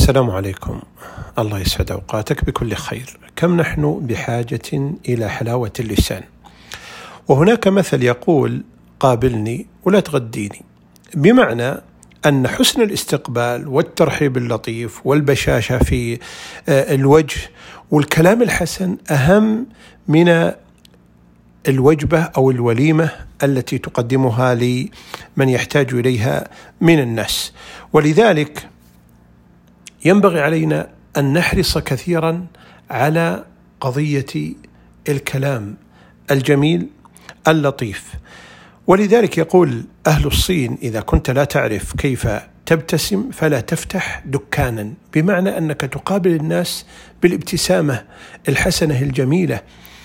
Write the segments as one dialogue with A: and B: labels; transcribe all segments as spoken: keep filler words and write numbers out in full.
A: السلام عليكم. الله يسعد أوقاتك بكل خير. كم نحن بحاجة إلى حلاوة اللسان، وهناك مثل يقول قابلني ولا تغديني، بمعنى أن حسن الاستقبال والترحيب اللطيف والبشاشة في الوجه والكلام الحسن أهم من الوجبة أو الوليمة التي تقدمها لمن يحتاج إليها من الناس. ولذلك ينبغي علينا أن نحرص كثيرا على قضية الكلام الجميل اللطيف. ولذلك يقول أهل الصين: إذا كنت لا تعرف كيف تبتسم فلا تفتح دكانا، بمعنى أنك تقابل الناس بالابتسامة الحسنة الجميلة.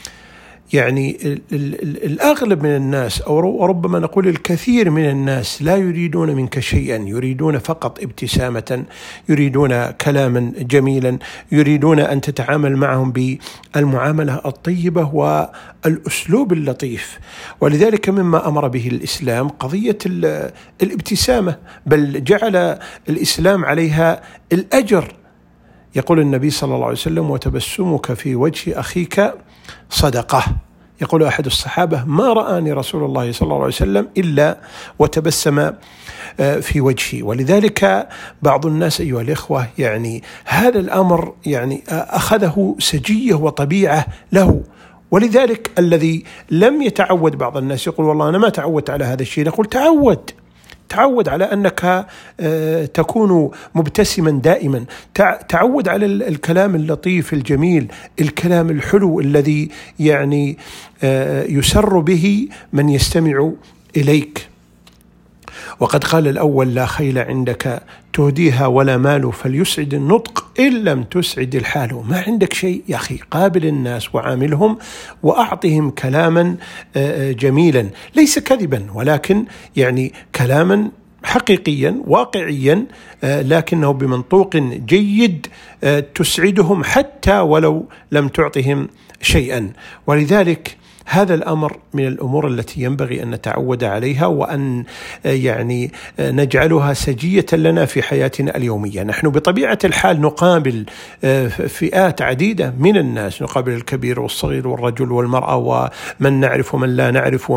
A: يعني الأغلب من الناس، أو ربما نقول الكثير من الناس، لا يريدون منك شيئا، يريدون فقط ابتسامة، يريدون كلاما جميلا، يريدون أن تتعامل معهم بالمعاملة الطيبة والأسلوب اللطيف. ولذلك مما أمر به الإسلام قضية الابتسامة، بل جعل الإسلام عليها الأجر. يقول النبي صلى الله عليه وسلم: وتبسمك في وجه أخيك صدقة. يقول أحد الصحابة: ما رآني رسول الله صلى الله عليه وسلم إلا وتبسم في وجهي. ولذلك بعض الناس أيها الإخوة يعني هذا الأمر يعني أخذه سجية وطبيعة له. ولذلك الذي لم يتعود، بعض الناس يقول: والله أنا ما تعودت على هذا الشيء. نقول: تعود تعود على أنك تكون مبتسما دائما، تعود على الكلام اللطيف الجميل، الكلام الحلو الذي يعني يسر به من يستمع إليك. وقد قال الأول: لا خيل عندك تهديها ولا مال، فليسعد النطق إن لم تسعد الحال. ما عندك شيء يا أخي، قابل الناس وعاملهم وأعطهم كلاما جميلا، ليس كذبا ولكن يعني كلاما حقيقيا واقعيا، لكنه بمنطوق جيد تسعدهم حتى ولو لم تعطهم شيئا. ولذلك هذا الأمر من الأمور التي ينبغي أن نتعود عليها، وأن يعني نجعلها سجية لنا في حياتنا اليومية. نحن بطبيعة الحال نقابل فئات عديدة من الناس، نقابل الكبير والصغير والرجل والمرأة ومن نعرف ومن لا نعرف،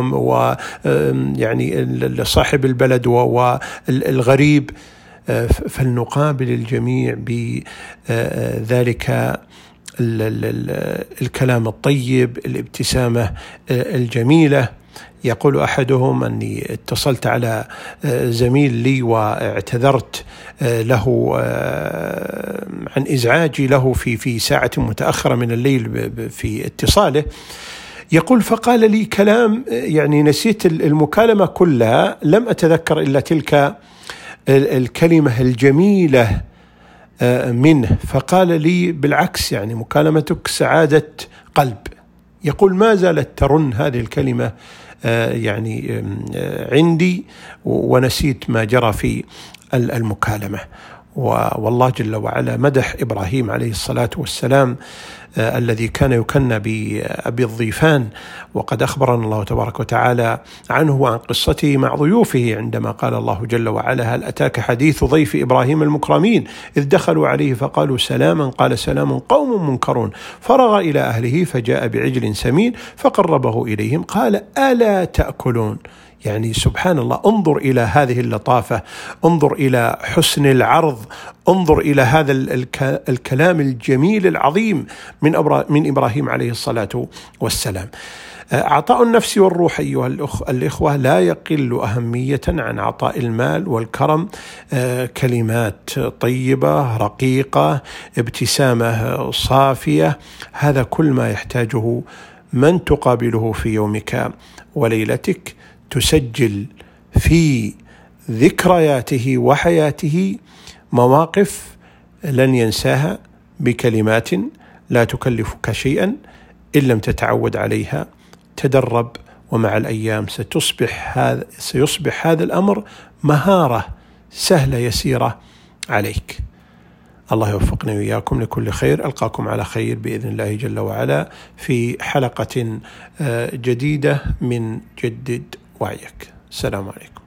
A: ويعني صاحب البلد والغريب، فلنقابل الجميع بذلك الكلام الطيب، الابتسامة الجميلة. يقول أحدهم أني اتصلت على زميل لي واعتذرت له عن إزعاجي له في في ساعة متأخرة من الليل في اتصاله. يقول: فقال لي كلام يعني نسيت المكالمة كلها، لم أتذكر إلا تلك الكلمة الجميلة منه. فقال لي: بالعكس، يعني مكالمتك سعادة قلب. يقول: ما زالت ترن هذه الكلمة يعني عندي، ونسيت ما جرى في المكالمة. والله جل وعلا مدح إبراهيم عليه الصلاة والسلام آه الذي كان يكنى بأبي الضيفان، وقد أخبرنا الله تبارك وتعالى عنه وعن قصته مع ضيوفه، عندما قال الله جل وعلا: هل أتاك حديث ضيف إبراهيم المكرمين إذ دخلوا عليه فقالوا سلاما قال سلام قوم منكرون فرغ إلى أهله فجاء بعجل سمين فقربه إليهم قال ألا تأكلون. يعني سبحان الله، انظر إلى هذه اللطافة، انظر إلى حسن العرض، انظر إلى هذا الكلام الجميل العظيم من من إبراهيم عليه الصلاة والسلام. عطاء النفس والروح أيها الإخوة لا يقل أهمية عن عطاء المال والكرم. كلمات طيبة رقيقة، ابتسامة صافية، هذا كل ما يحتاجه من تقابله في يومك وليلتك. تسجل في ذكرياته وحياته مواقف لن ينساها بكلمات لا تكلفك شيئا إن لم تتعود عليها. تدرب، ومع الأيام ستصبح هذا سيصبح هذا الأمر مهارة سهلة يسيرة عليك. الله يوفقنا وإياكم لكل خير. ألقاكم على خير بإذن الله جل وعلا في حلقة جديدة من جدد وعيك. السلام عليكم.